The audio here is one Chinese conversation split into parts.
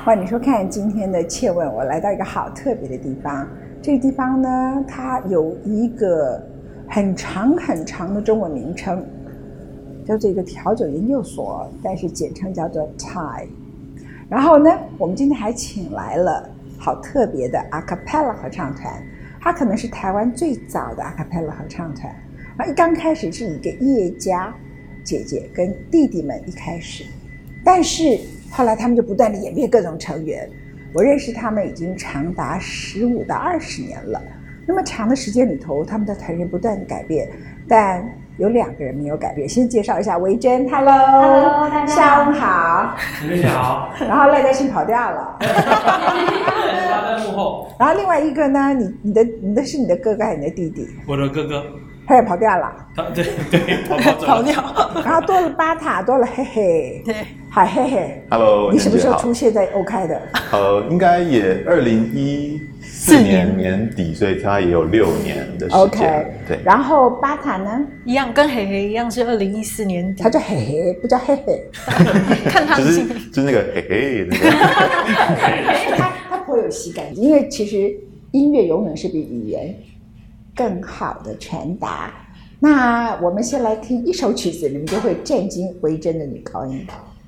欢迎收看今天的切问。我来到一个好特别的地方，这个地方呢，它有一个很长很长的中文名称，叫做一个调酒研究所，但是简称叫做 Thai。然后呢，我们今天还请来了好特别的 a cappella 合唱团，它可能是台湾最早的 a cappella 合唱团。然后刚开始是一个叶家姐姐跟弟弟们一开始，但是后来他们就不断的演变各种成员。我认识他们已经长达15到20年了。那么长的时间里头，他们的团员不断的改变，但有2个人没有改变。先介绍一下维珍 ，Hello， 大家下午好， 你好。 然后赖嘉欣跑掉了， 他在幕后。 然后另外一个呢，你的是你的哥哥还是你的弟弟？ 我的哥哥。 他也跑掉了。 对， 跑掉。 然后多了巴塔，多了嘿嘿。 对， 嗨嘿嘿。 Hello， 你什么时候出现在 OK 的？ 应该也2014年年底，所以他也有6年的时间。 OK， 对。 然后巴塔呢？ 一样跟嘿嘿一样是2014年底。 他叫嘿嘿，不叫嘿嘿。 看他就是那个嘿嘿那个。 他颇有喜感，因为其实音乐永远是比语言更好的传达。那我们先来听一首曲子，你们就会震惊维珍的女高音。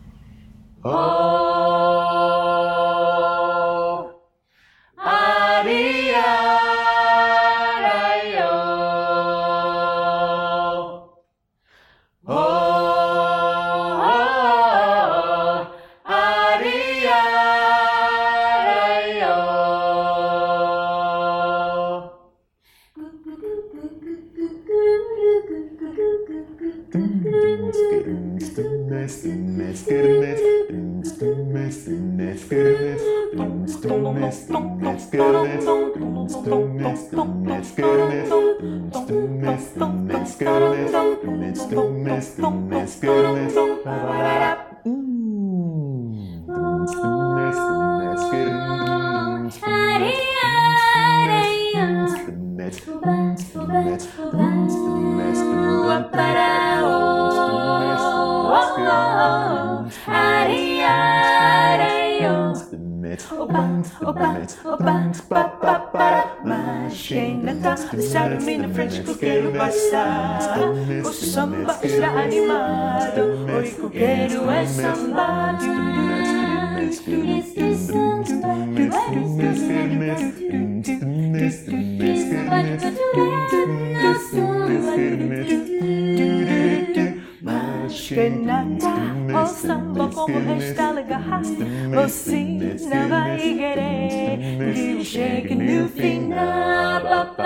O samba está animado, hoy que quero é samba. Mas que nada, o samba como está legal, você não vai querer que eu chegue no final.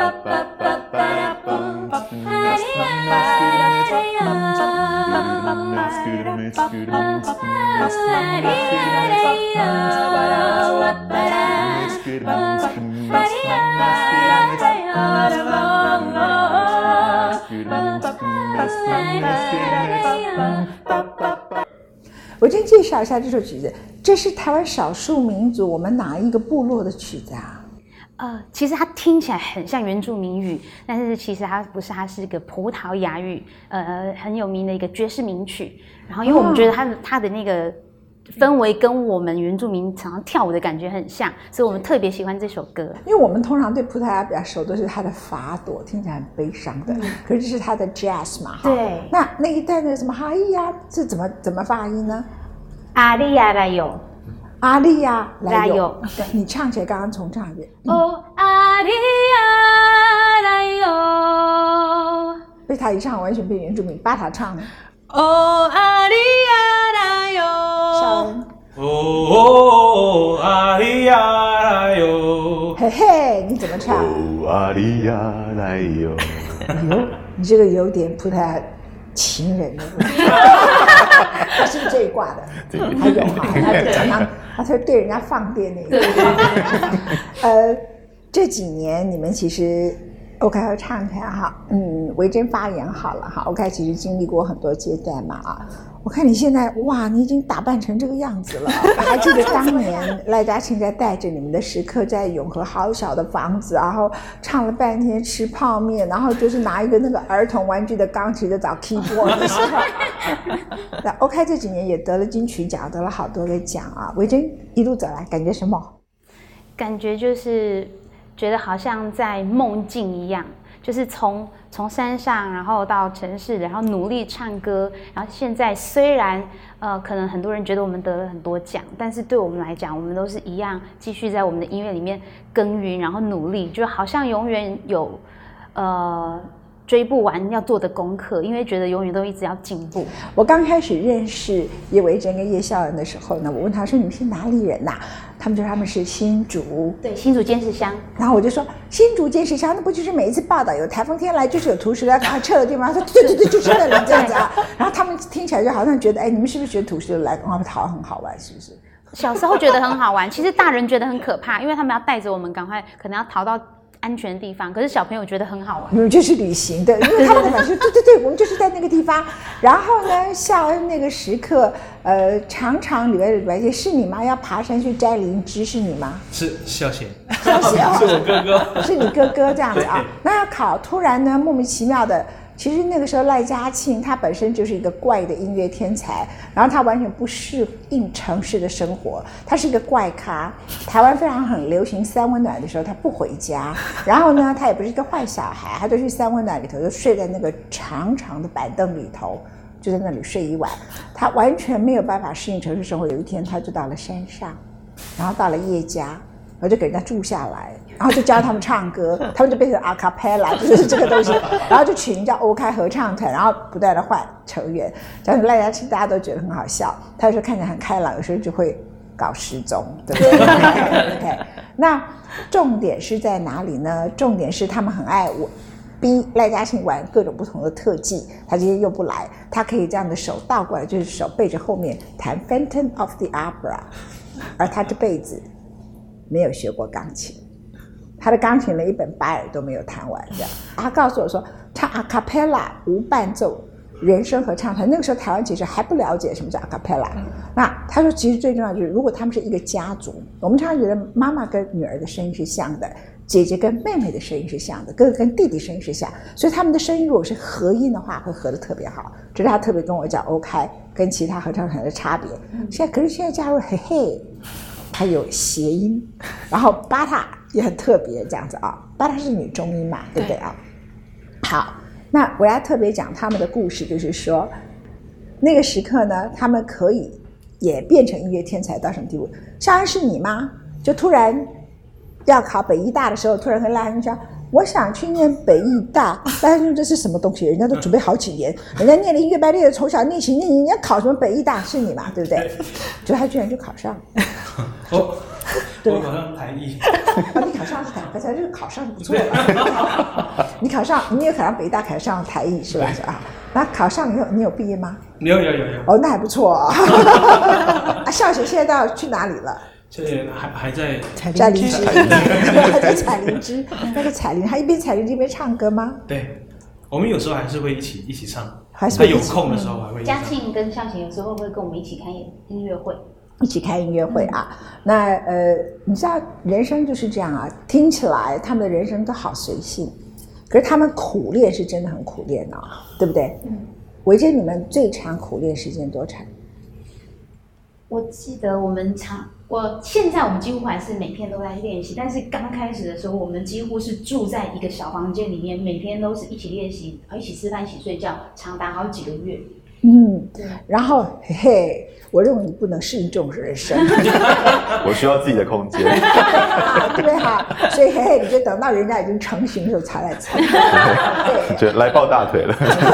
我先介绍一下这首曲子，这是台湾少数民族我们哪一个部落的曲子啊？ 其实它听起来很像原住民语，但是其实它不是，它是一个葡萄牙语，很有名的一个爵士名曲。然后因为我们觉得它的那个氛围跟我们原住民常常跳舞的感觉很像，所以我们特别喜欢这首歌。 因为我们通常对葡萄牙比较熟，都是它的法朵，听起来很悲伤的。可是这是它的 jazz 嘛， 对。 那一段的什么哈咿呀，是怎么发音呢？ 阿利亚来哟， 阿利亚来哟。 对，你唱起来，刚刚重唱一遍。 哦，阿利亚来哟。 贝塔一唱完全变原住民，巴塔唱呢？ 哦，阿利亚来哟。 少恩。 哦，阿里亚来哟。 嘿嘿，你怎么唱？ 哦，阿里亚来哟。 你这个有点葡萄牙情人的味道。他是这一挂的，还有哈，他对人家放电那个。这几年你们其实 OK 合唱团哈，维珍发言好了哈 ，OK 其实经历过很多阶段嘛啊。 我看你现在哇，你已经打扮成这个样子了。我还记得当年赖嘉庆在带着你们的时刻在永和好小的房子，然后唱了半天吃泡面，然后就是拿一个那个儿童玩具的钢琴在找 keyboard 的时候。那 OK 这几年也得了金曲奖，得了好多的奖啊。维珍一路走来感觉什么？ 感觉就是觉得好像在梦境一样。就是从山上，然后到城市，然后努力唱歌，然后现在虽然可能很多人觉得我们得了很多奖，但是对我们来讲，我们都是一样继续在我们的音乐里面耕耘，然后努力，就好像永远有追不完要做的功课，因为觉得永远都一直要进步。 我刚开始认识叶维珍跟叶孝恩的时候呢，我问他说：“你们是哪里人呐？”他们说他们是新竹， 对，新竹尖石乡。 然后我就说新竹尖石乡，那不就是每一次报道有台风天来就是有土石流赶快撤的地方？他说对对对，就是那里这样子啊。然后他们听起来就好像觉得，哎，你们是不是觉得土石流来赶快逃很好玩？是不是？ 小时候觉得很好玩，其实大人觉得很可怕，因为他们要带着我们赶快，可能要逃到安全的地方，可是小朋友觉得很好玩。 你们就是旅行的，因为他们在讲说，对对对，我们就是在那个地方。然后呢，孝恩那个时刻，常常礼拜天是你吗？要爬山去摘灵芝是你吗？ 是孝贤， 孝贤是我哥哥， 是你哥哥这样子啊。那要考，突然呢，莫名其妙的。其实那个时候赖嘉庆他本身就是一个怪的音乐天才，然后他完全不适应城市的生活，他是一个怪咖。台湾非常很流行三温暖的时候，他不回家，然后呢，他也不是一个坏小孩，他就去三温暖里头，就睡在那个长长的板凳里头，就在那里睡一晚。他完全没有办法适应城市生活。有一天，他就到了山上，然后到了叶家，然后就给人家住下来。然后就教他们唱歌，他们就变成阿卡贝拉，就是这个东西。然后就取名叫欧开合唱团，然后不断的换成员。讲赖嘉庆大家都觉得很好笑，他有时候看起来很开朗，有时候就会搞失踪，对不对？OK， 那重点是在哪里呢？重点是他们很爱我。逼赖嘉庆玩各种不同的特技，他今天又不来，他可以这样的手倒过来，就是手背着后面弹 Phantom of the Opera， 而他这辈子没有学过钢琴。他的钢琴连一本白尔都没有弹完，这样。他告诉我说，唱阿卡贝拉无伴奏人声合唱团，那个时候台湾其实还不了解什么叫阿卡贝拉。那他说，其实最重要就是，如果他们是一个家族，我们常常觉得妈妈跟女儿的声音是像的，姐姐跟妹妹的声音是像的，哥哥跟弟弟声音是像，所以他们的声音如果是合音的话，会合得特别好。这是他特别跟我讲欧开跟其他合唱团的差别。可是现在加入嘿嘿。还有谐音，然后巴塔也很特别这样子啊，巴塔是女中音嘛，对不对啊？好，那我要特别讲他们的故事，就是说那个时刻呢，他们可以也变成音乐天才到什么地步？孝恩是你吗？就突然要考北艺大的时候，突然跟赖嘉庆说，我想去念北艺大。赖嘉庆这是什么东西？人家都准备好几年，人家念了音乐班，练的从小练琴，人家考什么北艺大是你嘛？对不对？就他居然就考上。 我考上台艺。 你考上是台艺，这个考上就不错了。你考上，你也考上北大，考上台艺是吧？啊，那考上以后，你有毕业吗？ 有。 哦，那还不错啊。啊，孝贤现在到去哪里了？ 现在还在采灵芝，还在采灵芝。那个采灵，他一边采灵芝一边唱歌吗？ 对，我们有时候还是会一起唱， 还是会有空的时候还会一起唱。 嘉庆跟孝贤有时候会跟我们一起开音乐会。 一起开音乐会啊，那你知道人生就是这样啊，听起来他们的人生都好随性，可是他们苦练是真的很苦练啊，对不对？维珍，你们最长苦练时间多长？ 我记得现在我们几乎还是每天都在练习，但是刚开始的时候，我们几乎是住在一个小房间里面，每天都是一起练习，一起吃饭，一起睡觉，长达好几个月。 对。然后嘿嘿，我认为你不能适应这种人生。 我需要自己的空间。 对不对哈？所以嘿嘿，你就等到人家已经成型的时候才来参加。对， 觉得来抱大腿了。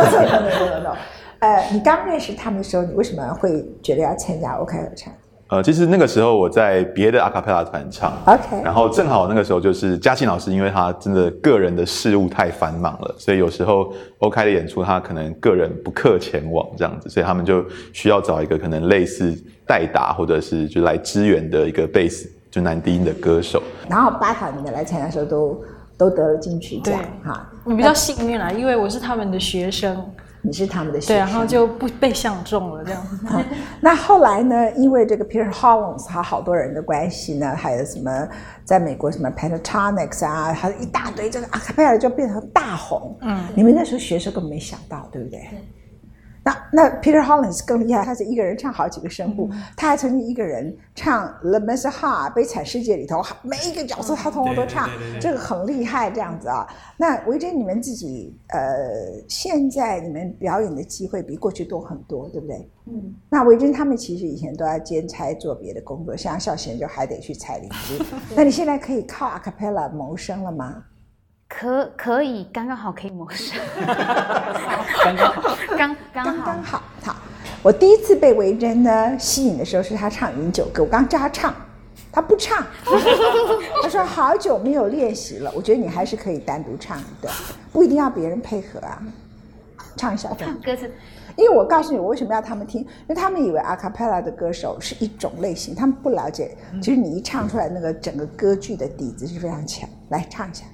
No。你刚认识他们的时候，你为什么会觉得要参加欧开合唱？ 其实那个时候我在别的阿卡贝拉团唱 ，OK， 然后正好那个时候就是嘉庆老师，因为他真的个人的事务太繁忙了，所以有时候欧开的演出他可能个人不克前往这样子，所以他们就需要找一个可能类似代打或者是就来支援的一个贝斯就男低音的歌手。 然后巴塔你们来参加的时候都得了金曲奖哈。 我比较幸运啦，因为我是他们的学生。 你是他们的学对， 生， 然后就不被相中了这样子。 那后来呢？因为这个 Peter Hollins 他好多人的关系呢，还有什么在美国什么 Pentatonix 啊，还有一大堆这个 a cappella 就变成大红。你们那时候学的时候根本没想到，对不对？那 Peter Hollins 更厉害，他是一个人唱好几个声部，他还曾经一个人唱 Le Messiah 悲惨世界里头每一个角色他通通都唱，这个很厉害这样子啊。那维珍你们自己现在你们表演的机会比过去多很多，对不对？那维珍他们其实以前都要兼差做别的工作，像孝贤就还得去采灵芝。那你现在可以靠 a cappella 谋生了吗？ 可以，刚刚好可以谋生，刚好。好，我第一次被维珍呢吸引的时候是他唱《饮酒歌》，我刚叫他唱，他不唱，他说好久没有练习了，我觉得你还是可以单独唱一段，不一定要别人配合啊，唱一下。 唱歌词。 因为我告诉你，我为什么要他们听？因为他们以为 a cappella 的歌手是一种类型，他们不了解，其实你一唱出来，那个整个歌剧的底子是非常强。来唱一下。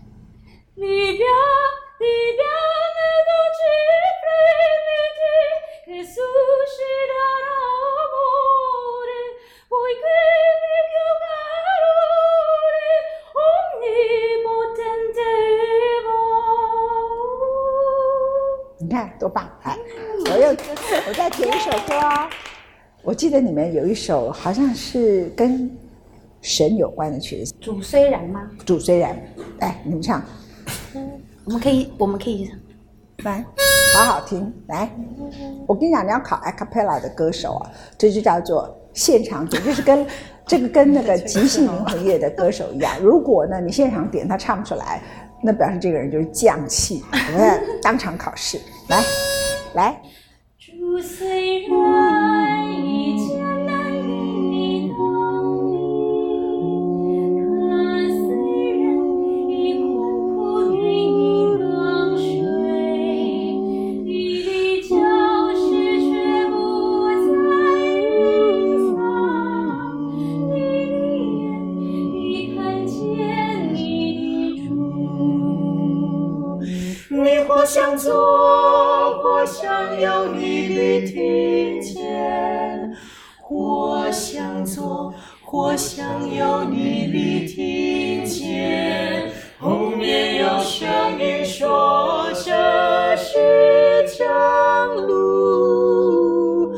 你看多棒！哎，我再填一首歌哦。我记得你们有一首好像是跟神有关的曲子， 主虽然吗？ 主虽然，来你们唱。 我们可以来，好好听。来，我跟你讲，你要考 a cappella 的歌手啊，这就叫做现场点，就是跟那个即兴灵魂乐的歌手一样。如果呢你现场点他唱不出来，那表示这个人就是匠气，我们当场考试。来。 主虽然一艰难与你同行，他虽然已困苦与你同睡，你的教室却不再隐藏，你的眼已看见你的主。你或向左，或向右，你的听见；或向左，或向右，你的听见。后面有声音说：“这是正路，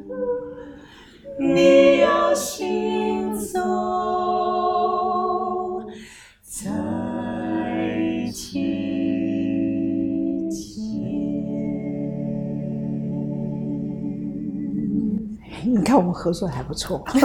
你要行走在其。” 你看我们合作还不错，对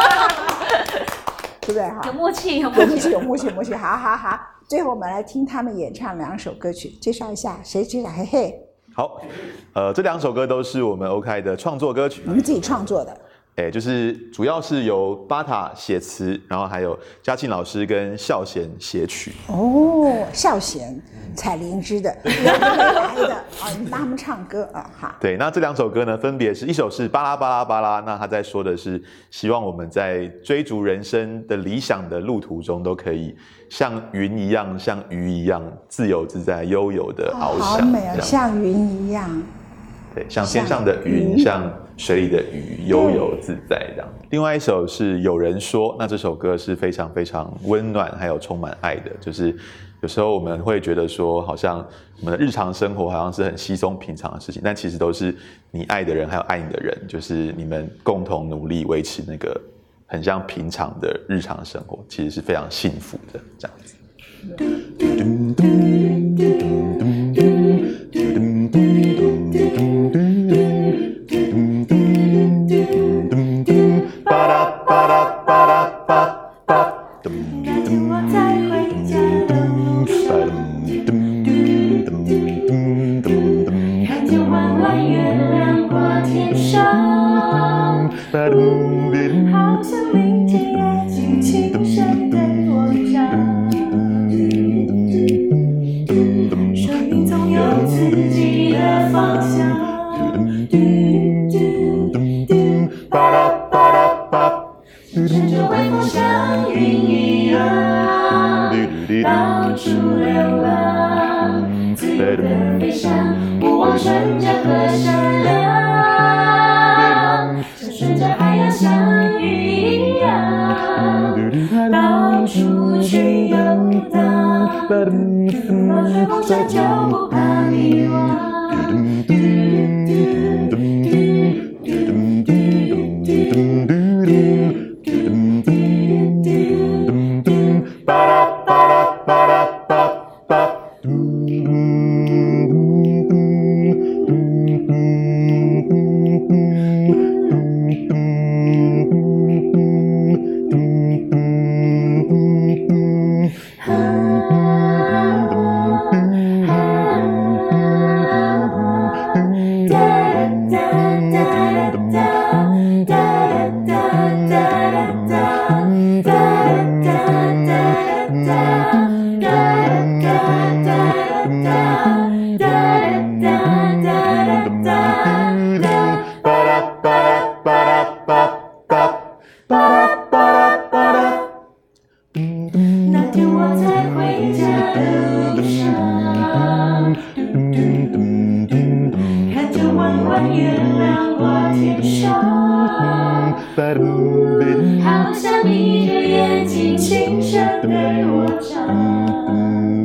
不对？哈， 有默契， 有默契。好。最后我们来听他们演唱2首歌曲，介绍一下，谁介绍？嘿嘿。 好，这2首歌都是我们 OK 的创作歌曲， 你们自己创作的。 就是主要是由巴塔写词，然后还有嘉庆老师跟孝贤写曲。 哦，孝贤采灵芝的，来的啊，你帮他们唱歌啊，哈。 对，那这2首歌呢，分别是一首是巴拉巴拉巴拉，那他在说的是希望我们在追逐人生的理想的路途中，都可以像云一样，像鱼一样自由自在、悠游的翱翔。 好美啊，像云一样。 对，像天上的云，像水里的鱼，悠游自在这样。另外一首是有人说，那这首歌是非常非常温暖，还有充满爱的。就是有时候我们会觉得说，好像我们的日常生活好像是很稀松平常的事情，但其实都是你爱的人还有爱你的人，就是你们共同努力维持那个很像平常的日常生活，其实是非常幸福的这样子。 好像明天也轻轻声的落下，生命总有自己的方向。乘着微风像云一样，到处流浪，自由的飞翔，不忘身家和梦想就不怕迷惘。那天我在回家的路上，看着弯弯月亮挂天上，好像眯着眼睛轻声对我唱，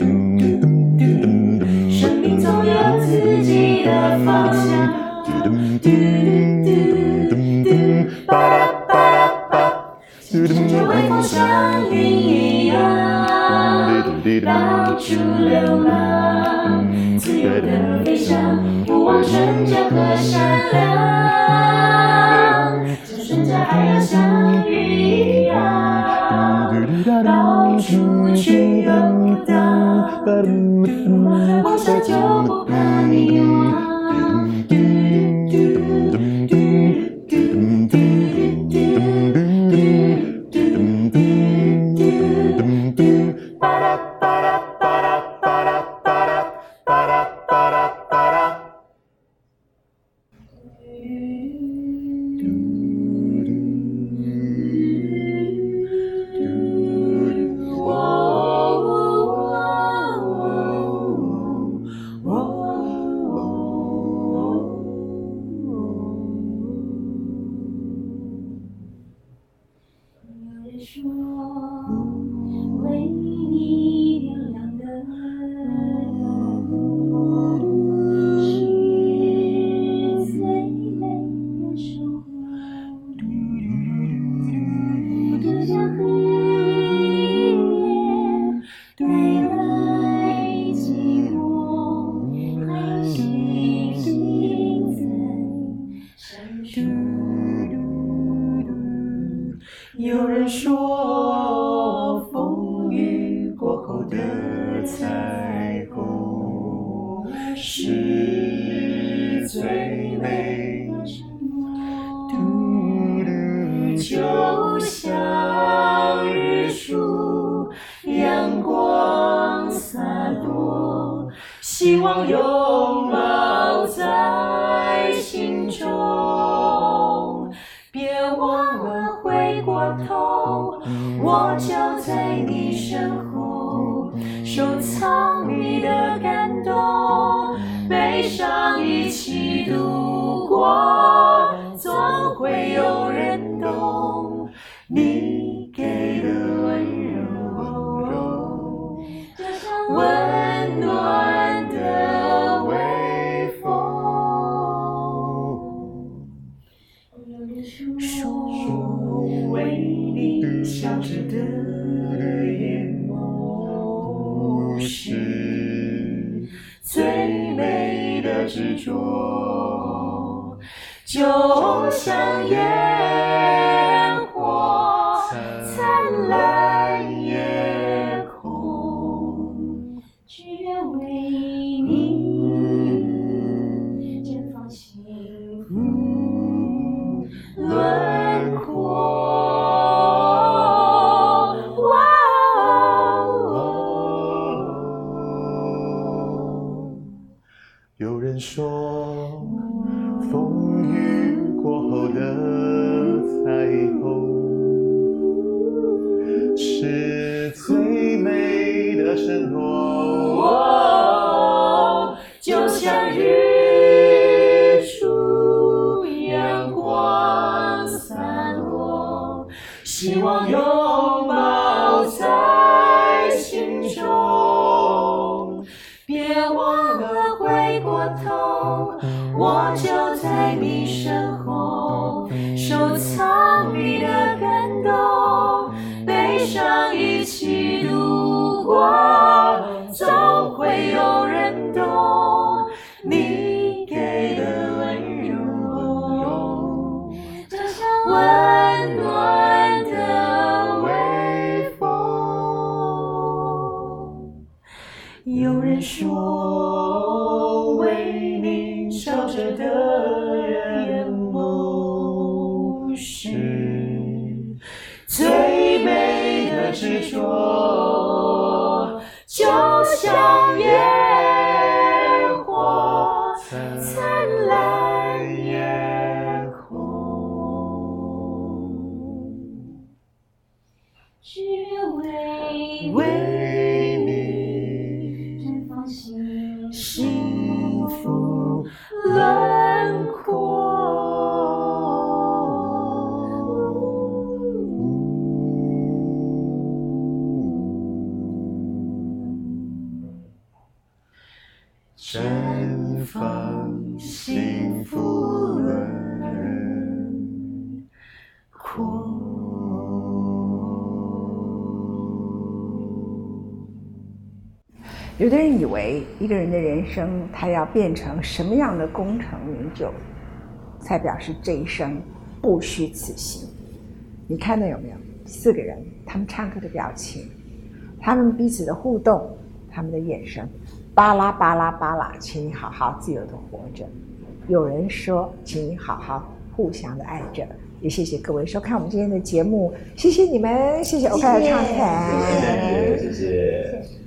生命总有自己的方向。乘着微风像云一样，到处流浪，自由的飞翔，不忘纯真和善良，就顺着海洋像鱼一样，到处去游荡，梦想就不怕迷惘。说为你点亮的是最美的守护，就像黑夜带来寂寞，还星星在闪烁。有人说，风雨过后的彩虹是最美的承诺，就像日出，阳光洒落，希望拥抱在心中，别忘了回过头，我就在你身后，收藏你的感动，悲伤一起度过，总会有人懂你给的温柔，就像温暖的微风。说为你笑着的眼眸是最美的执着，就像烟火灿烂夜空，只愿为你绽放幸福轮廓。 有人说，风雨过后的彩虹是最美的承诺， 就像日出，阳光洒落，希望拥抱在心中， 温暖的微风。有人说，为你笑着的眼眸是最美的执着，就像烟火灿烂夜空。只愿为你绽放幸福轮廓。绽放幸福轮廓。 有的人以为一个人的人生，他要变成什么样的功成名就，才表示这一生不虚此行。你看到有没有？4个人，他们唱歌的表情，他们彼此的互动，他们的眼神，巴拉巴拉巴拉，请你好好自由的活着。有人说，请你好好互相的爱着。也谢谢各位收看我们今天的节目，谢谢你们，谢谢欧凯的畅谈， 谢谢。